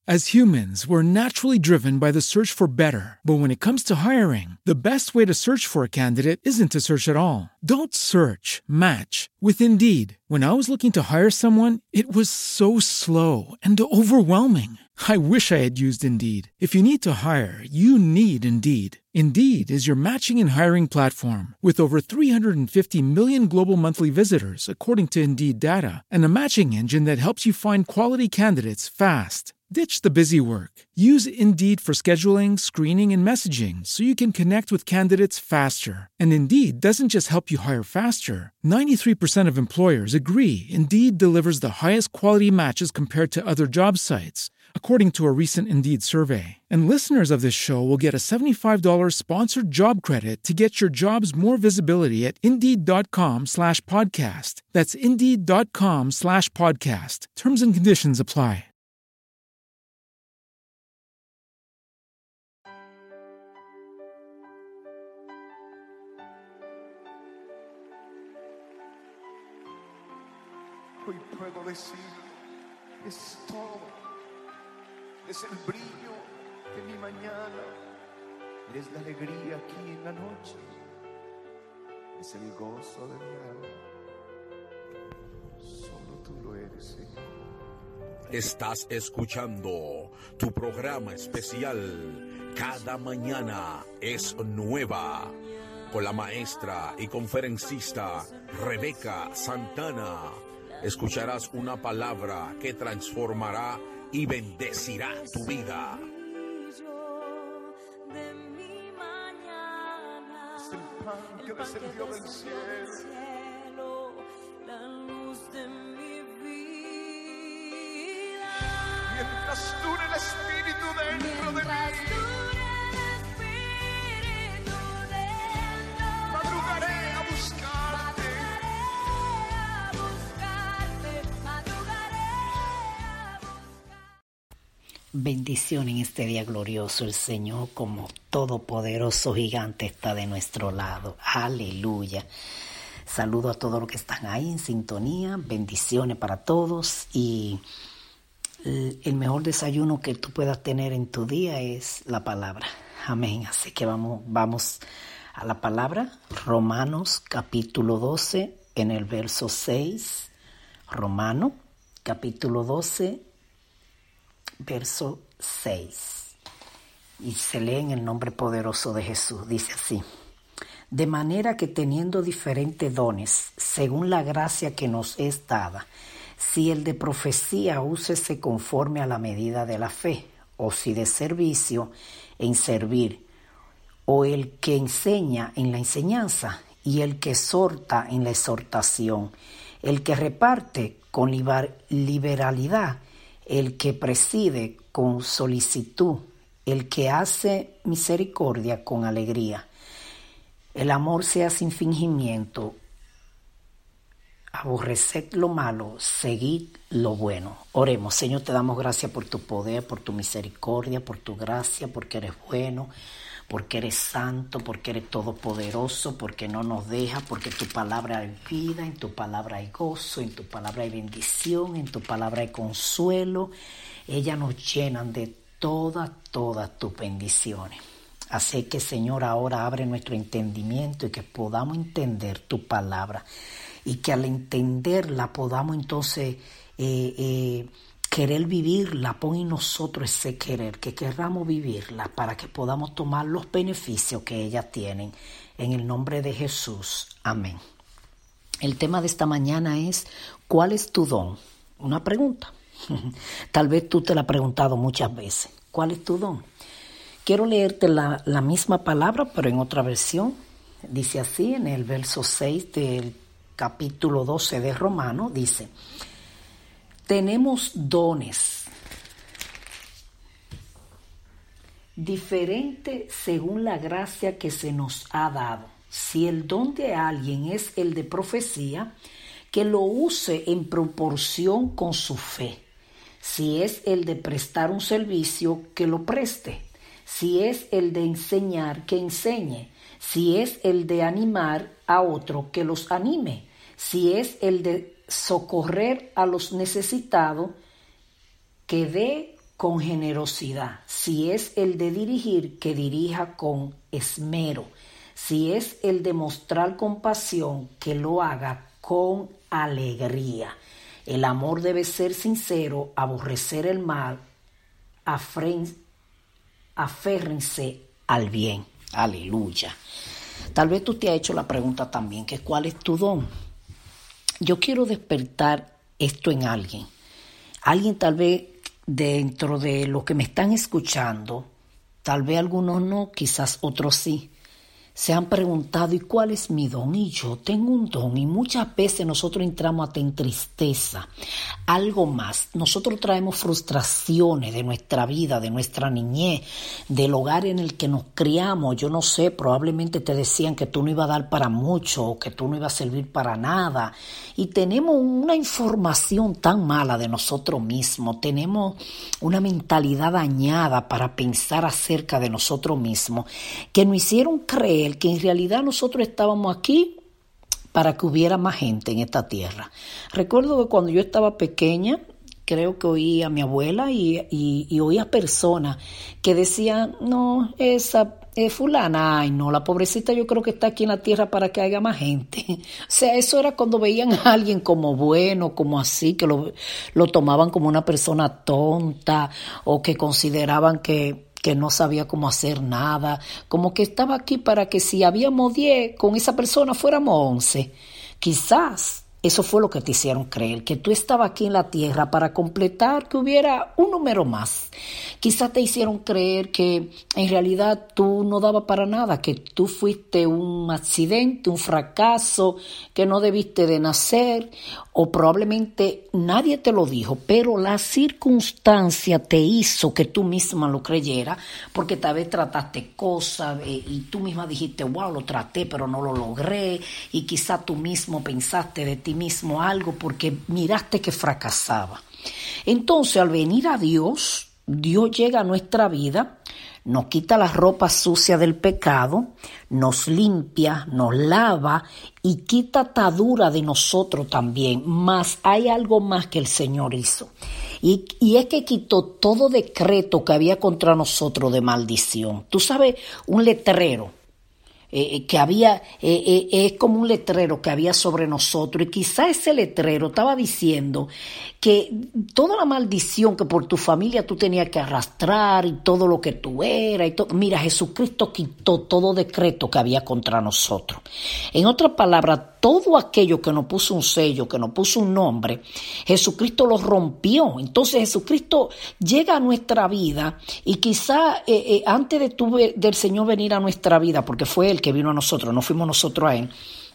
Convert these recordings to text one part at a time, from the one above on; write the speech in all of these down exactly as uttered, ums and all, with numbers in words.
As humans, we're naturally driven by the search for better. But when it comes to hiring, the best way to search for a candidate isn't to search at all. Don't search, match with Indeed. When I was looking to hire someone, it was so slow and overwhelming. I wish I had used Indeed. If you need to hire, you need Indeed. Indeed is your matching and hiring platform with over three hundred fifty million global monthly visitors, according to Indeed data, and a matching engine that helps you find quality candidates fast. Ditch the busy work. Use Indeed for scheduling, screening, and messaging so you can connect with candidates faster. And Indeed doesn't just help you hire faster. ninety-three percent of employers agree Indeed delivers the highest quality matches compared to other job sites, according to a recent Indeed survey. And listeners of this show will get a seventy-five dollars sponsored job credit to get your jobs more visibility at Indeed.com slash podcast. That's Indeed.com slash podcast. Terms and conditions apply. Hoy puedo decir, es todo, es el brillo de mi mañana, es la alegría aquí en la noche, es el gozo de mi alma, solo tú lo eres, Señor. Estás escuchando tu programa especial, Cada Mañana es Nueva, con la maestra y conferencista Rebeca Santana. Escucharás una palabra que transformará y bendecirá tu vida. Es el pan que descendió del cielo, la luz de mi vida. Mientras dure el Espíritu dentro de mí, madrugaré a buscarte. Bendición en este día glorioso. El Señor como todopoderoso gigante está de nuestro lado. Aleluya. Saludo a todos los que están ahí en sintonía. Bendiciones para todos. Y el mejor desayuno que tú puedas tener en tu día es la palabra. Amén. Así que vamos, vamos a la palabra. Romanos capítulo doce en el verso seis. Romano capítulo doce verso seis, y se lee en el nombre poderoso de Jesús. Dice así: de manera que teniendo diferentes dones, según la gracia que nos es dada, si el de profecía, úsese conforme a la medida de la fe, o si de servicio, en servir, o el que enseña en la enseñanza, y el que exhorta en la exhortación, el que reparte con liberalidad, el que preside con solicitud, el que hace misericordia con alegría. El amor sea sin fingimiento, aborreced lo malo, seguid lo bueno. Oremos. Señor, te damos gracias por tu poder, por tu misericordia, por tu gracia, porque eres bueno, porque eres santo, porque eres todopoderoso, porque no nos dejas, porque en tu palabra hay vida, en tu palabra hay gozo, en tu palabra hay bendición, en tu palabra hay consuelo. Ellas nos llenan de todas, todas tus bendiciones. Así que, Señor, ahora abre nuestro entendimiento y que podamos entender tu palabra, y que al entenderla podamos entonces eh, eh, querer vivirla. Pon en nosotros ese querer, que querramos vivirla para que podamos tomar los beneficios que ellas tienen. En el nombre de Jesús. Amén. El tema de esta mañana es: ¿cuál es tu don? Una pregunta. Tal vez tú te la has preguntado muchas veces. ¿Cuál es tu don? Quiero leerte la, la misma palabra, pero en otra versión. Dice así en el verso seis del capítulo doce de Romano. Dice: tenemos dones diferentes según la gracia que se nos ha dado. Si el don de alguien es el de profecía, que lo use en proporción con su fe. Si es el de prestar un servicio, que lo preste. Si es el de enseñar, que enseñe. Si es el de animar a otro, que los anime. Si es el de socorrer a los necesitados, que dé con generosidad. Si es el de dirigir, que dirija con esmero. Si es el de mostrar compasión, que lo haga con alegría. El amor debe ser sincero, aborrecer el mal, aférrense al bien. Aleluya. Tal vez tú te has hecho la pregunta también, que ¿cuál es tu don? Yo quiero despertar esto en alguien. Alguien tal vez dentro de los que me están escuchando, tal vez algunos no, quizás otros sí, se han preguntado, ¿y cuál es mi don? Y yo tengo un don, y muchas veces nosotros entramos hasta en tristeza. Algo más, nosotros traemos frustraciones de nuestra vida, de nuestra niñez, del hogar en el que nos criamos. Yo no sé, probablemente te decían que tú no ibas a dar para mucho, o que tú no ibas a servir para nada. Y tenemos una información tan mala de nosotros mismos, tenemos una mentalidad dañada para pensar acerca de nosotros mismos, que nos hicieron creer que en realidad nosotros estábamos aquí para que hubiera más gente en esta tierra. Recuerdo que cuando yo estaba pequeña, creo que oía a mi abuela y, y, y oía personas que decían, no, esa es fulana, ay no, la pobrecita yo creo que está aquí en la tierra para que haya más gente. O sea, eso era cuando veían a alguien como bueno, como así, que lo, lo tomaban como una persona tonta o que consideraban que que no sabía cómo hacer nada, como que estaba aquí para que si habíamos diez, con esa persona fuéramos once. Quizás eso fue lo que te hicieron creer, que tú estabas aquí en la tierra para completar, que hubiera un número más. Quizás te hicieron creer que en realidad tú no dabas para nada, que tú fuiste un accidente, un fracaso, que no debiste de nacer, o probablemente nadie te lo dijo, pero la circunstancia te hizo que tú misma lo creyeras, porque tal vez trataste cosas eh, y tú misma dijiste, wow, lo traté, pero no lo logré, y quizás tú mismo pensaste de ti mismo algo porque miraste que fracasaba. Entonces, al venir a Dios, Dios llega a nuestra vida, nos quita la ropa sucia del pecado, nos limpia, nos lava y quita atadura de nosotros también. Más hay algo más que el Señor hizo. Y, y es que quitó todo decreto que había contra nosotros de maldición. Tú sabes, un letrero Eh, que había, eh, eh, es como un letrero que había sobre nosotros, y quizá ese letrero estaba diciendo que toda la maldición que por tu familia tú tenías que arrastrar y todo lo que tú eras, y todo, mira, Jesucristo quitó todo decreto que había contra nosotros. En otras palabras, todo aquello que nos puso un sello, que nos puso un nombre, Jesucristo lo rompió. Entonces Jesucristo llega a nuestra vida y quizá eh, eh, antes de tu, del Señor venir a nuestra vida, porque fue Él que vino a nosotros, no fuimos nosotros a Él,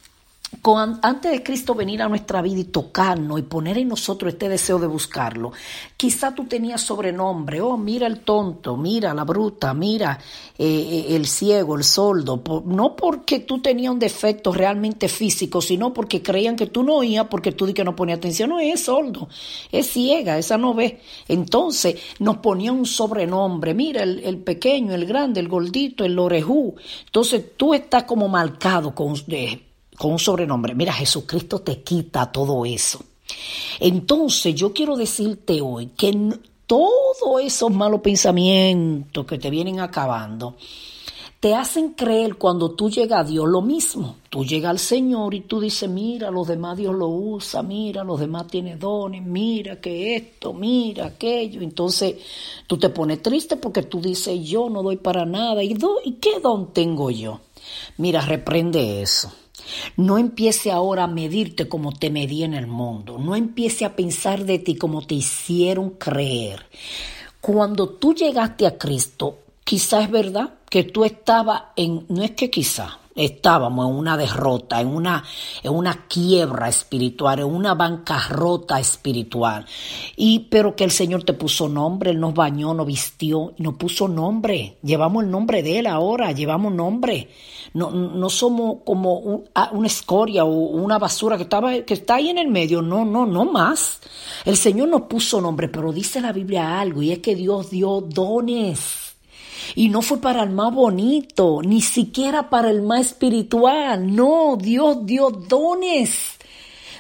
Con, antes de Cristo venir a nuestra vida y tocarnos y poner en nosotros este deseo de buscarlo, quizá tú tenías sobrenombre, oh, mira el tonto, mira la bruta, mira eh, el ciego, el sordo, por, no porque tú tenías un defecto realmente físico, sino porque creían que tú no oías, porque tú di que no ponías atención, no, es sordo, es ciega, esa no ve. Entonces nos ponía un sobrenombre, mira el, el pequeño, el grande, el gordito, el orejú. Entonces tú estás como marcado con... Eh, con un sobrenombre. Mira, Jesucristo te quita todo eso. Entonces, yo quiero decirte hoy que todos esos malos pensamientos que te vienen acabando, te hacen creer cuando tú llegas a Dios lo mismo. Tú llegas al Señor y tú dices, mira, los demás Dios lo usa, mira, los demás tienen dones, mira que esto, mira aquello. Entonces, tú te pones triste porque tú dices, yo no doy para nada. ¿Y, do, ¿y qué don tengo yo? Mira, reprende eso. No empiece ahora a medirte como te medí en el mundo. No empiece a pensar de ti como te hicieron creer. Cuando tú llegaste a Cristo, quizás es verdad que tú estabas en, no es que quizás, estábamos en una derrota, en una, en una quiebra espiritual, en una bancarrota espiritual. Y, pero que el Señor te puso nombre, Él nos bañó, nos vistió, nos puso nombre. Llevamos el nombre de Él ahora, llevamos nombre. No, no somos como un, una escoria o una basura que, estaba, que está ahí en el medio. No, no, no más. El Señor nos puso nombre, pero dice la Biblia algo, y es que Dios dio dones. Y no fue para el más bonito, ni siquiera para el más espiritual. No, Dios dio dones.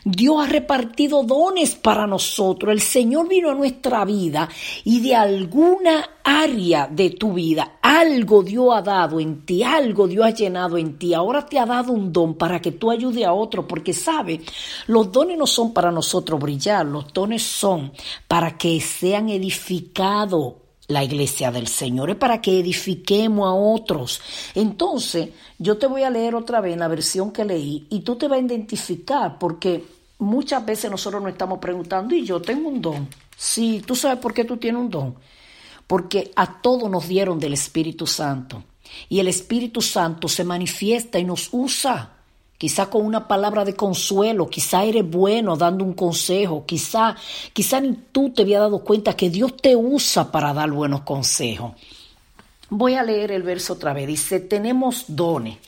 Dios ha repartido dones para nosotros. El Señor vino a nuestra vida y de alguna área de tu vida, algo Dios ha dado en ti, algo Dios ha llenado en ti. Ahora te ha dado un don para que tú ayudes a otro, porque sabe, los dones no son para nosotros brillar, los dones son para que sean edificados. La iglesia del Señor es para que edifiquemos a otros. Entonces, yo te voy a leer otra vez la versión que leí y tú te vas a identificar, porque muchas veces nosotros nos estamos preguntando, ¿y yo tengo un don? Sí, ¿tú sabes por qué tú tienes un don? Porque a todos nos dieron del Espíritu Santo y el Espíritu Santo se manifiesta y nos usa. Quizá con una palabra de consuelo, quizá eres bueno dando un consejo, quizá, quizá ni tú te habías dado cuenta que Dios te usa para dar buenos consejos. Voy a leer el verso otra vez. Dice, tenemos dones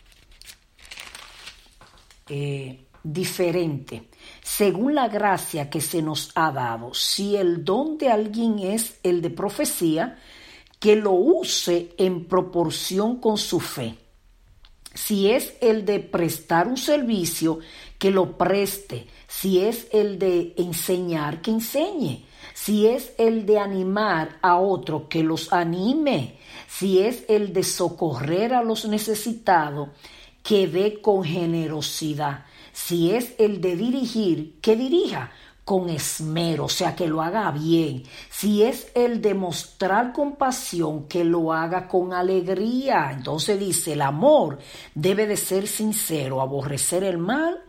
eh, diferentes según la gracia que se nos ha dado. Si el don de alguien es el de profecía, que lo use en proporción con su fe. Si es el de prestar un servicio, que lo preste. Si es el de enseñar, que enseñe. Si es el de animar a otro, que los anime. Si es el de socorrer a los necesitados, que dé con generosidad. Si es el de dirigir, que dirija con esmero, o sea, que lo haga bien. Si es el de mostrar compasión, que lo haga con alegría. Entonces dice, el amor debe de ser sincero, aborrecer el mal,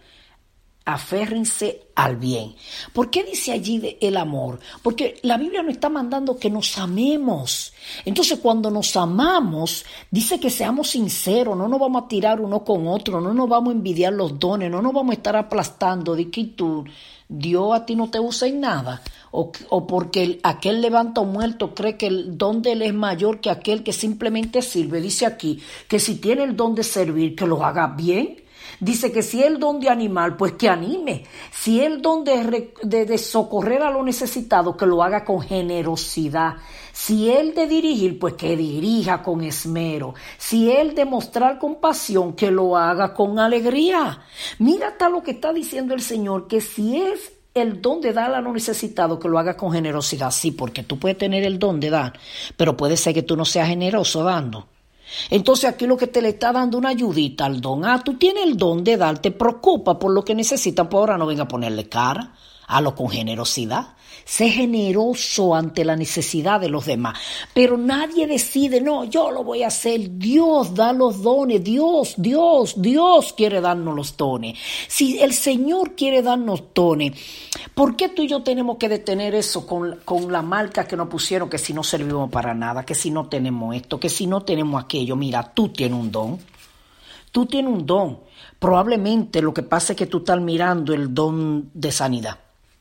aférrense al bien. ¿Por qué dice allí de el amor? Porque la Biblia nos está mandando que nos amemos. Entonces, cuando nos amamos, dice que seamos sinceros, no nos vamos a tirar uno con otro, no nos vamos a envidiar los dones, no nos vamos a estar aplastando de que tú, Dios a ti no te usa en nada. O, o porque el, aquel levanta un muerto cree que el don de él es mayor que aquel que simplemente sirve. Dice aquí que si tiene el don de servir, que lo haga bien. Dice que si es el don de animar, pues que anime. Si es el don de, de, de socorrer a los necesitados, que lo haga con generosidad. Si es el de dirigir, pues que dirija con esmero. Si es el de mostrar compasión, que lo haga con alegría. Mira hasta lo que está diciendo el Señor, que si es el don de dar a los necesitados, que lo haga con generosidad. Sí, porque tú puedes tener el don de dar, pero puede ser que tú no seas generoso dando. Entonces aquí lo que te le está dando una ayudita al don. Ah, tú tienes el don de dar, te preocupa por lo que necesitan, pues ahora no venga a ponerle cara, hazlo con generosidad. Sé generoso ante la necesidad de los demás. Pero nadie decide, no, yo lo voy a hacer. Dios da los dones. Dios, Dios, Dios quiere darnos los dones. Si el Señor quiere darnos dones, ¿por qué tú y yo tenemos que detener eso con, con la marca que nos pusieron, que si no servimos para nada, que si no tenemos esto, que si no tenemos aquello? Mira, tú tienes un don. Tú tienes un don. Probablemente lo que pasa es que tú estás mirando el don de sanidad.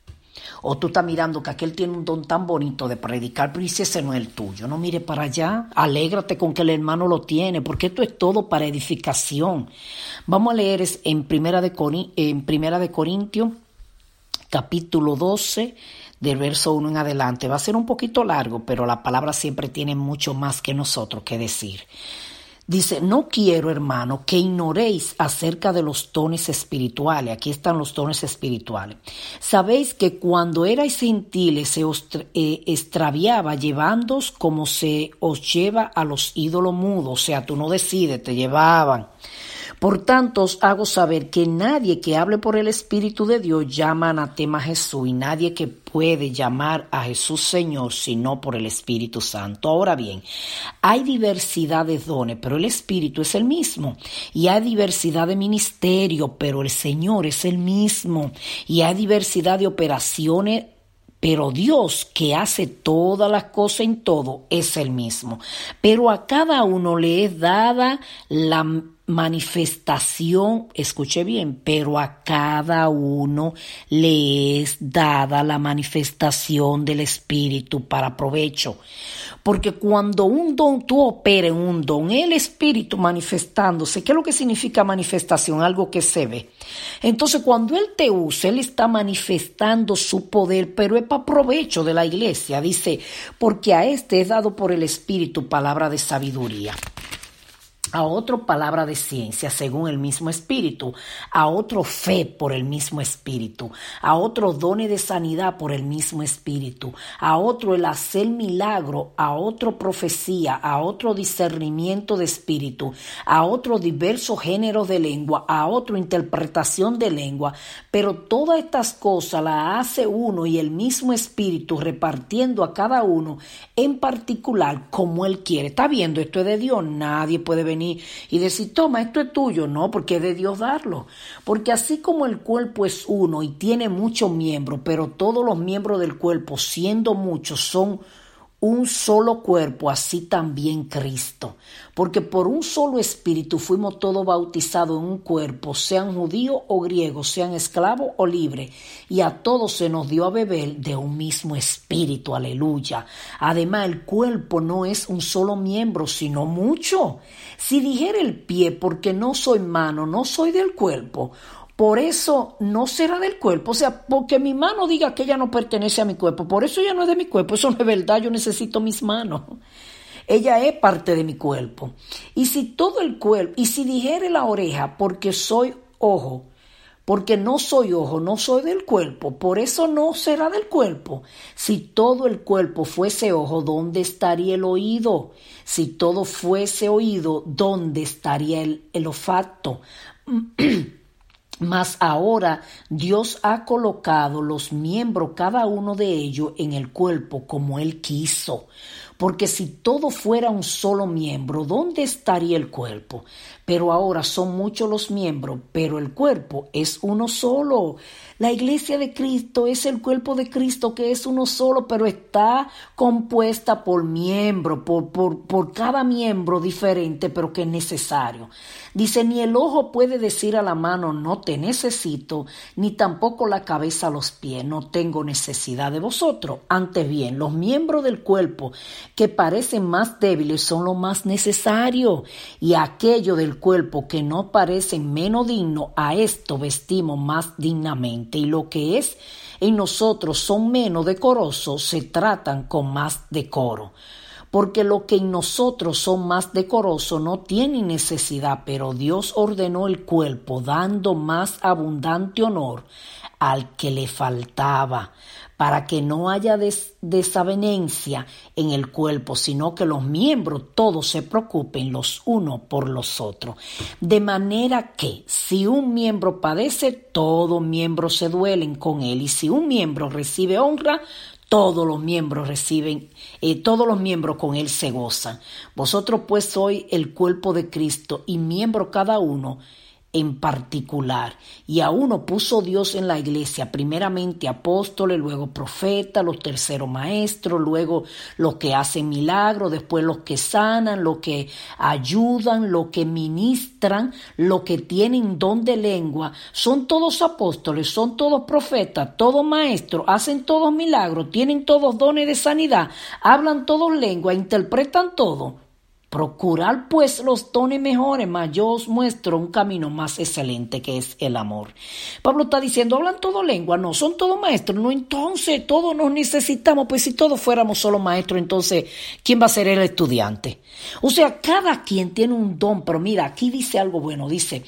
O tú estás mirando que aquel tiene un don tan bonito de predicar, pero si ese no es el tuyo, no mire para allá, alégrate con que el hermano lo tiene, porque esto es todo para edificación. Vamos a leer en Primera de, Corin- en Primera de Corintios, capítulo doce, del verso uno en adelante. Va a ser un poquito largo, pero la palabra siempre tiene mucho más que nosotros que decir. Dice, no quiero, hermano, que ignoréis acerca de los dones espirituales. Aquí están los dones espirituales. Sabéis que cuando erais gentiles se os eh, extraviaba llevándoos como se os lleva a los ídolos mudos. O sea, tú no decides, te llevaban. Por tanto, os hago saber que nadie que hable por el Espíritu de Dios llama anatema a Jesús, y nadie que puede llamar a Jesús Señor sino por el Espíritu Santo. Ahora bien, hay diversidad de dones, pero el Espíritu es el mismo. Y hay diversidad de ministerio, pero el Señor es el mismo. Y hay diversidad de operaciones, pero Dios, que hace todas las cosas en todo, es el mismo. Pero a cada uno le es dada la manifestación, escuche bien, pero a cada uno le es dada la manifestación del Espíritu para provecho. Porque cuando un don, tú operas en un don, el Espíritu manifestándose, ¿qué es lo que significa manifestación? Algo que se ve. Entonces, cuando Él te usa, Él está manifestando su poder, pero es para provecho de la iglesia. Dice, porque a este es dado por el Espíritu palabra de sabiduría. a otro palabra de ciencia según el mismo Espíritu, a otro fe por el mismo Espíritu, a otro dones de sanidad por el mismo Espíritu, a otro el hacer milagro, a otro profecía, a otro discernimiento de espíritu, a otro diversos géneros de lengua, a otro interpretación de lengua, pero todas estas cosas las hace uno y el mismo Espíritu, repartiendo a cada uno en particular como Él quiere. ¿Está viendo? Esto es de Dios. Nadie puede venir y decir, toma, esto es tuyo. No, porque es de Dios darlo. Porque así como el cuerpo es uno y tiene muchos miembros, pero todos los miembros del cuerpo, siendo muchos, son un solo cuerpo, así también Cristo. Porque por un solo espíritu fuimos todos bautizados en un cuerpo, sean judíos o griegos, sean esclavos o libres, y a todos se nos dio a beber de un mismo espíritu. Aleluya. Además, el cuerpo no es un solo miembro, sino mucho. Si dijera el pie, porque no soy mano, no soy del cuerpo, por eso no será del cuerpo. O sea, porque mi mano diga que ella no pertenece a mi cuerpo, por eso ella no es de mi cuerpo. Eso no es verdad. Yo necesito mis manos. Ella es parte de mi cuerpo. Y si todo el cuerpo, y si dijere la oreja, porque soy ojo, porque no soy ojo, no soy del cuerpo, por eso no será del cuerpo. Si todo el cuerpo fuese ojo, ¿dónde estaría el oído? Si todo fuese oído, ¿dónde estaría el, el olfato? Mas ahora Dios ha colocado los miembros, cada uno de ellos, en el cuerpo como Él quiso. Porque si todo fuera un solo miembro, ¿dónde estaría el cuerpo? Pero ahora son muchos los miembros, pero el cuerpo es uno solo. La iglesia de Cristo es el cuerpo de Cristo, que es uno solo, pero está compuesta por miembros, por, por, por cada miembro diferente, pero que es necesario. Dice, ni el ojo puede decir a la mano, no te necesito, ni tampoco la cabeza a los pies, no tengo necesidad de vosotros. Antes bien, los miembros del cuerpo que parecen más débiles son los más necesarios, y aquellos del cuerpo que no parecen menos dignos, a esto vestimos más dignamente, y lo que es en nosotros son menos decorosos, se tratan con más decoro. Porque lo que en nosotros son más decorosos no tienen necesidad, pero Dios ordenó el cuerpo, dando más abundante honor al que le faltaba, para que no haya des- desavenencia en el cuerpo, sino que los miembros todos se preocupen los unos por los otros. De manera que si un miembro padece, todos miembros se duelen con él, y si un miembro recibe honra, todos los miembros reciben, eh, todos los miembros con él se gozan. Vosotros pues sois el cuerpo de Cristo, y miembro cada uno en particular. Y a uno puso Dios en la iglesia, primeramente apóstoles, luego profetas, los terceros maestros, luego los que hacen milagros, después los que sanan, los que ayudan, los que ministran, los que tienen don de lengua. Son todos apóstoles, son todos profetas, todos maestros, hacen todos milagros, tienen todos dones de sanidad, hablan todos lengua, interpretan todo. Procurar pues los dones mejores, mas yo os muestro un camino más excelente, que es el amor. Pablo está diciendo, hablan todo lengua, no, son todos maestros, no, entonces todos nos necesitamos. Pues si todos fuéramos solo maestros, entonces ¿quién va a ser el estudiante? O sea, cada quien tiene un don, pero mira, aquí dice algo bueno, dice,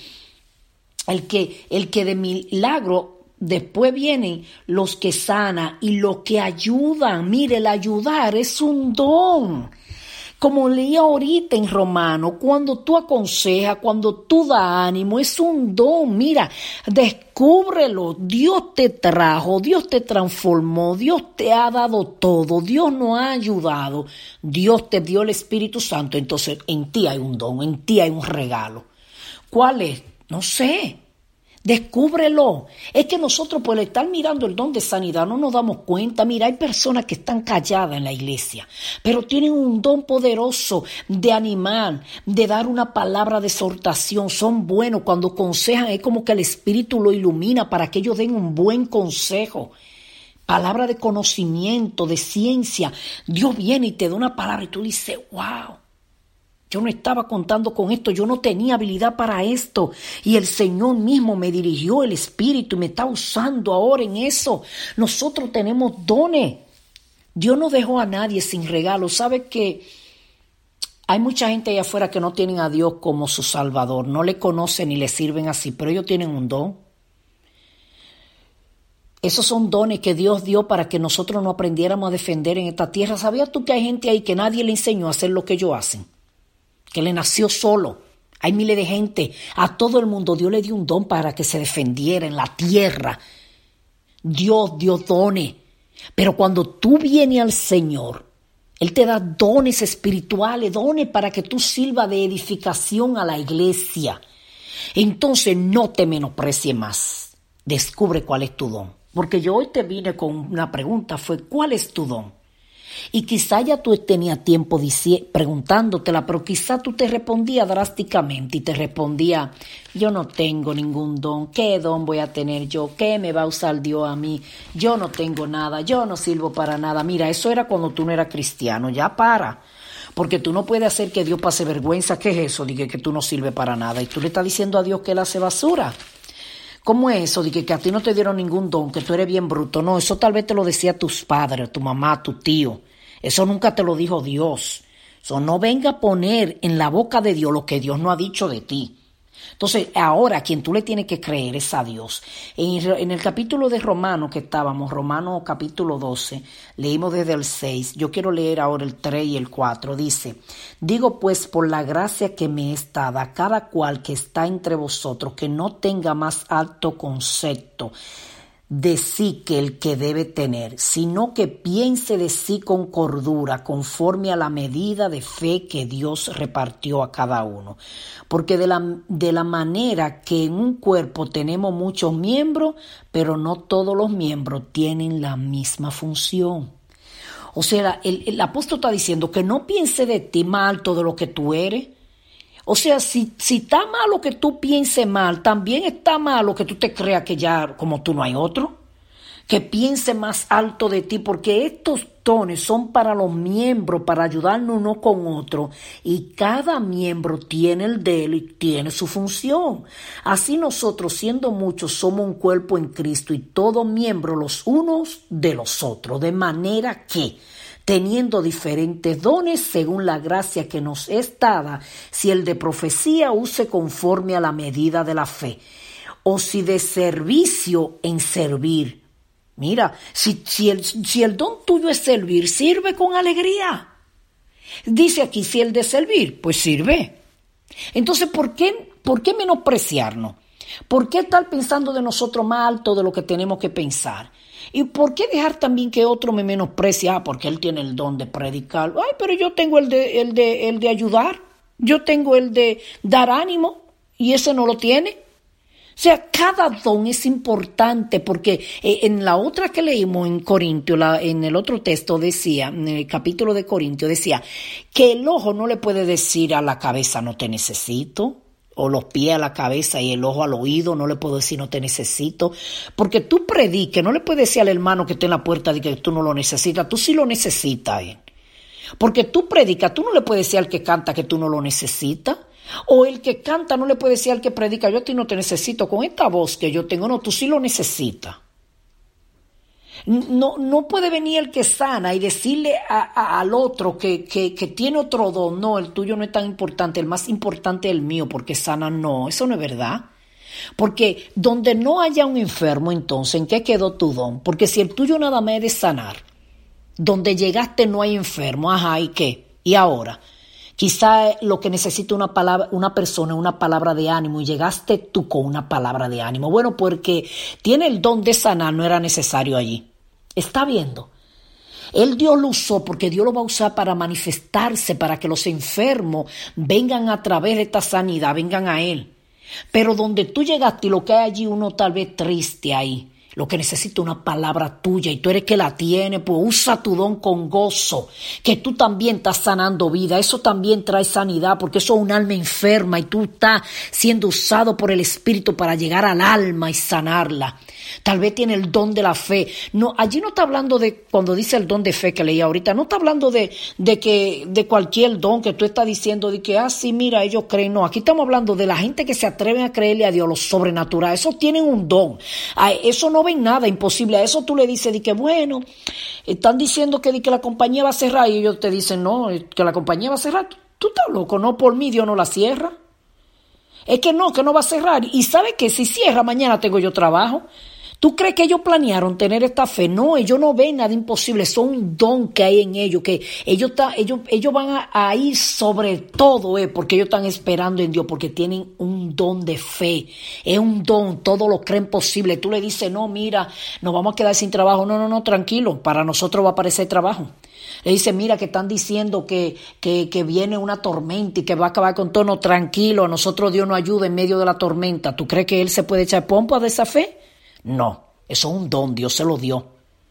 el que, el que de milagro, después vienen los que sanan y los que ayudan. Mire, el ayudar es un don. Como leía ahorita en Romano, cuando tú aconsejas, cuando tú das ánimo, es un don. Mira, descúbrelo. Dios te trajo, Dios te transformó, Dios te ha dado todo, Dios nos ha ayudado, Dios te dio el Espíritu Santo. Entonces en ti hay un don, en ti hay un regalo. ¿Cuál es? No sé. Descúbrelo. Es que nosotros por estar mirando el don de sanidad no nos damos cuenta. Mira, hay personas que están calladas en la iglesia, pero tienen un don poderoso de animar, de dar una palabra de exhortación. Son buenos cuando aconsejan, es como que el Espíritu lo ilumina para que ellos den un buen consejo. Palabra de conocimiento, de ciencia. Dios viene y te da una palabra y tú dices, wow. Yo no estaba contando con esto, yo no tenía habilidad para esto. Y el Señor mismo me dirigió el Espíritu y me está usando ahora en eso. Nosotros tenemos dones. Dios no dejó a nadie sin regalo. ¿Sabe que Hay mucha gente allá afuera que no tienen a Dios como su Salvador, no le conocen ni le sirven así, pero ellos tienen un don. Esos son dones que Dios dio para que nosotros nos aprendiéramos a defender en esta tierra. ¿Sabías tú que hay gente ahí que nadie le enseñó a hacer lo que ellos hacen? Que le nació solo. Hay miles de gente. A todo el mundo Dios le dio un don para que se defendiera en la tierra. Dios dio dones. Pero cuando tú vienes al Señor, Él te da dones espirituales, dones para que tú sirvas de edificación a la iglesia. Entonces no te menosprecies más. Descubre cuál es tu don. Porque yo hoy te vine con una pregunta, fue ¿cuál es tu don? Y quizá ya tú tenías tiempo preguntándotela, pero quizá tú te respondías drásticamente y te respondía, yo no tengo ningún don, ¿qué don voy a tener yo? ¿Qué me va a usar Dios a mí? Yo no tengo nada, yo no sirvo para nada. Mira, eso era cuando tú no eras cristiano, ya para. Porque tú no puedes hacer que Dios pase vergüenza. ¿Qué es eso? Dije que tú no sirves para nada y tú le estás diciendo a Dios que Él hace basura. ¿Cómo es eso? De que, que a ti no te dieron ningún don, que tú eres bien bruto. No, eso tal vez te lo decía tus padres, tu mamá, tu tío. Eso nunca te lo dijo Dios. Eso no venga a poner en la boca de Dios lo que Dios no ha dicho de ti. Entonces, ahora a quien tú le tienes que creer es a Dios. En, en el capítulo de Romanos que estábamos, Romanos capítulo doce, leímos desde el seis. Yo quiero leer ahora el tres y el cuatro. Dice, digo pues por la gracia que me es dada, cada cual que está entre vosotros, que no tenga más alto concepto de sí que el que debe tener, sino que piense de sí con cordura, conforme a la medida de fe que Dios repartió a cada uno. Porque de la, de la manera que en un cuerpo tenemos muchos miembros, pero no todos los miembros tienen la misma función. O sea, el, el apóstol está diciendo que no piense de ti más alto de lo que tú eres. O sea, si, si está malo que tú pienses mal, también está malo que tú te creas que ya como tú no hay otro. Que piense más alto de ti, porque estos dones son para los miembros, para ayudarnos uno con otro. Y cada miembro tiene el de él y tiene su función. Así nosotros, siendo muchos, somos un cuerpo en Cristo y todos miembros los unos de los otros. De manera que, teniendo diferentes dones según la gracia que nos es dada, si el de profecía use conforme a la medida de la fe, o si de servicio en servir. Mira, si, si, el, si el don tuyo es servir, sirve con alegría. Dice aquí, si el de servir, pues sirve. Entonces, ¿por qué, por qué menospreciarnos? ¿Por qué estar pensando de nosotros más alto de lo que tenemos que pensar? ¿Y por qué dejar también que otro me menosprecie? Ah, porque él tiene el don de predicar. Ay, pero yo tengo el de, el de, el de ayudar. Yo tengo el de dar ánimo y ese no lo tiene. O sea, cada don es importante porque en la otra que leímos en Corintios, la, en el otro texto decía, en el capítulo de Corintios decía que el ojo no le puede decir a la cabeza no te necesito. O los pies a la cabeza y el ojo al oído, no le puedo decir no te necesito. Porque tú prediques, no le puedes decir al hermano que está en la puerta de que tú no lo necesitas, tú sí lo necesitas. ¿eh? Porque tú predicas, tú no le puedes decir al que canta que tú no lo necesitas. O el que canta no le puede decir al que predica, yo a ti no te necesito, con esta voz que yo tengo, no, tú sí lo necesitas. No, no puede venir el que sana y decirle a, a, al otro que, que, que tiene otro don, no, el tuyo no es tan importante, el más importante es el mío porque sana, no, eso no es verdad. Porque donde no haya un enfermo, entonces, ¿en qué quedó tu don? Porque si el tuyo nada más es de sanar, donde llegaste no hay enfermo, ajá, ¿y qué? ¿Y ahora? Quizá lo que necesita una palabra, una persona, una palabra de ánimo y llegaste tú con una palabra de ánimo. Bueno, porque tiene el don de sanar, no era necesario allí. Está viendo. Él Dios lo usó porque Dios lo va a usar para manifestarse, para que los enfermos vengan a través de esta sanidad, vengan a Él. Pero donde tú llegaste y lo que hay allí, uno tal vez triste ahí. Lo que necesita una palabra tuya y tú eres que la tiene, pues usa tu don con gozo, que tú también estás sanando vida, eso también trae sanidad, porque eso es un alma enferma y tú estás siendo usado por el Espíritu para llegar al alma y sanarla. Tal vez tiene el don de la fe. No, allí no está hablando de, cuando dice el don de fe que leí ahorita, no está hablando de, de que, de cualquier don que tú estás diciendo de que, ah, sí, mira, ellos creen. No, aquí estamos hablando de la gente que se atreven a creerle a Dios, lo sobrenatural. Esos tienen un don. A eso no ven nada imposible. A eso tú le dices de que, bueno, están diciendo que, de que la compañía va a cerrar y ellos te dicen, no, que la compañía va a cerrar. Tú estás loco, no, por mí Dios no la cierra. Es que no, que no va a cerrar. Y ¿sabe qué? Si cierra, mañana tengo yo trabajo. ¿Tú crees que ellos planearon tener esta fe? No, ellos no ven nada imposible. Son un don que hay en ellos, que ellos, ta, ellos, ellos van a, a ir sobre todo, eh, porque ellos están esperando en Dios, porque tienen un don de fe. Es un don, todos lo creen posible. Tú le dices, no, mira, nos vamos a quedar sin trabajo. No, no, no, tranquilo, para nosotros va a aparecer trabajo. Le dice, mira, que están diciendo que, que, que viene una tormenta y que va a acabar con todo. No, tranquilo, a nosotros Dios nos ayuda en medio de la tormenta. ¿Tú crees que Él se puede echar pompa de esa fe? No, eso es un don, Dios se lo dio.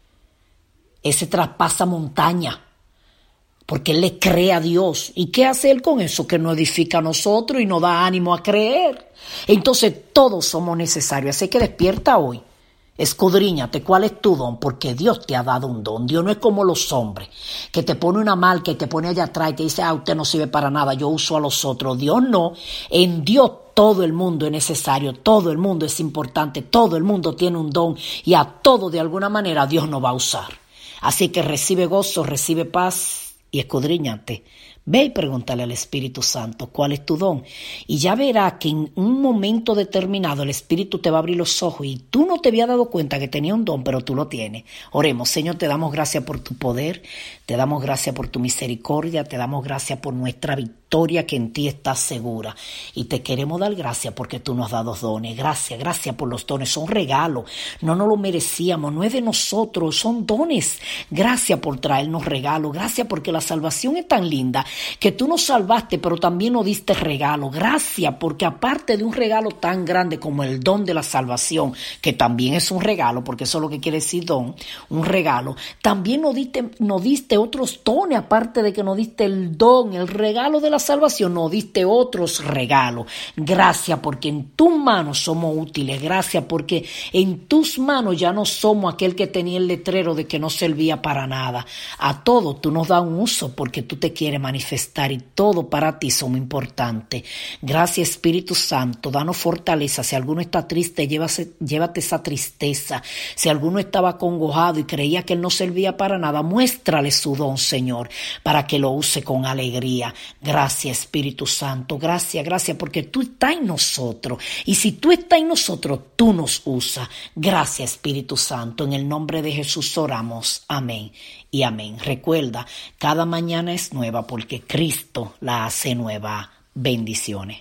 Ese traspasa montaña, porque Él le cree a Dios. ¿Y qué hace Él con eso? Que nos edifica a nosotros y nos da ánimo a creer. Entonces todos somos necesarios, así que despierta hoy. Escudriñate cuál es tu don, porque Dios te ha dado un don. Dios no es como los hombres, que te pone una marca y te pone allá atrás y te dice, ah, usted no sirve para nada, yo uso a los otros. Dios no, en Dios todo el mundo es necesario, todo el mundo es importante, todo el mundo tiene un don y a todo de alguna manera Dios nos va a usar. Así que recibe gozo, recibe paz y escudriñate. Ve y pregúntale al Espíritu Santo cuál es tu don. Y ya verás que en un momento determinado el Espíritu te va a abrir los ojos y tú no te habías dado cuenta que tenía un don, pero tú lo tienes. Oremos. Señor, te damos gracias por tu poder, te damos gracias por tu misericordia, te damos gracias por nuestra victoria que en ti está segura. Y te queremos dar gracias porque tú nos has dado dones. Gracias, gracias por los dones. Son regalos. No nos lo merecíamos, no es de nosotros, son dones. Gracias por traernos regalos. Gracias porque la salvación es tan linda que tú nos salvaste, pero también nos diste regalo. Gracias, porque aparte de un regalo tan grande como el don de la salvación, que también es un regalo, porque eso es lo que quiere decir don, un regalo, también nos diste, nos diste otros dones, aparte de que nos diste el don, el regalo de la salvación, nos diste otros regalos. Gracias, porque en tus manos somos útiles. Gracias, porque en tus manos ya no somos aquel que tenía el letrero de que no servía para nada. A todo tú nos das un uso, porque tú te quieres manifestar y todo para ti somos importante. Gracias, Espíritu Santo, danos fortaleza. Si alguno está triste, llévase, llévate esa tristeza. Si alguno estaba acongojado y creía que él no servía para nada, muéstrale su don, Señor, para que lo use con alegría. Gracias, Espíritu Santo, gracias, gracias, porque tú estás en nosotros. Y si tú estás en nosotros, tú nos usas. Gracias, Espíritu Santo, en el nombre de Jesús oramos. Amén y amén. Recuerda, cada mañana es nueva porque Cristo la hace nueva. Bendiciones.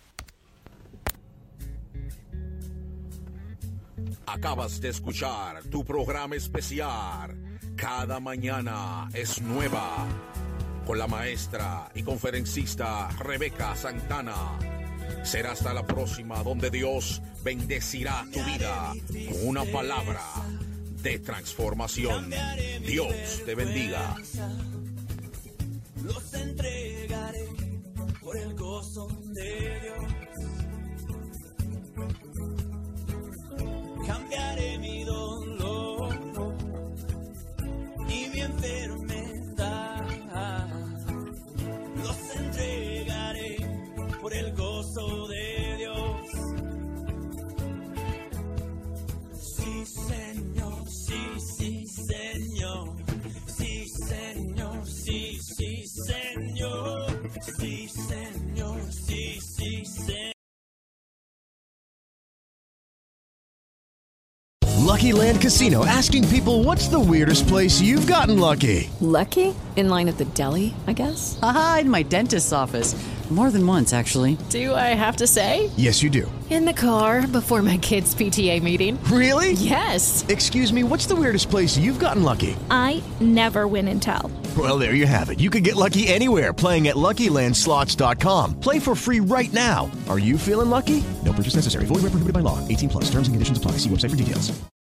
Acabas de escuchar tu programa especial. Cada mañana es nueva. Con la maestra y conferencista Rebeca Santana. Será hasta la próxima, donde Dios bendecirá tu vida con una palabra de transformación. Dios te bendiga. Los entregaré por el gozo de Dios. Cambiaré mi dolor y mi enfermedad. Los entregaré por el gozo de Dios. Sí, Señor, sí, sí, Señor. Sí, Señor, sí, sí, Señor. Sí, Señor, sí, sí, Señor. Lucky Land Casino, asking people, what's the weirdest place you've gotten lucky? Lucky? In line at the deli, I guess? Aha, in my dentist's office. More than once, actually. Do I have to say? Yes, you do. In the car before my kids' P T A meeting. Really? Yes. Excuse me, what's the weirdest place you've gotten lucky? I never win and tell. Well, there you have it. You can get lucky anywhere, playing at Lucky Land Slots dot com. Play for free right now. Are you feeling lucky? No purchase necessary. Void where prohibited by law. eighteen plus. Terms and conditions apply. See website for details.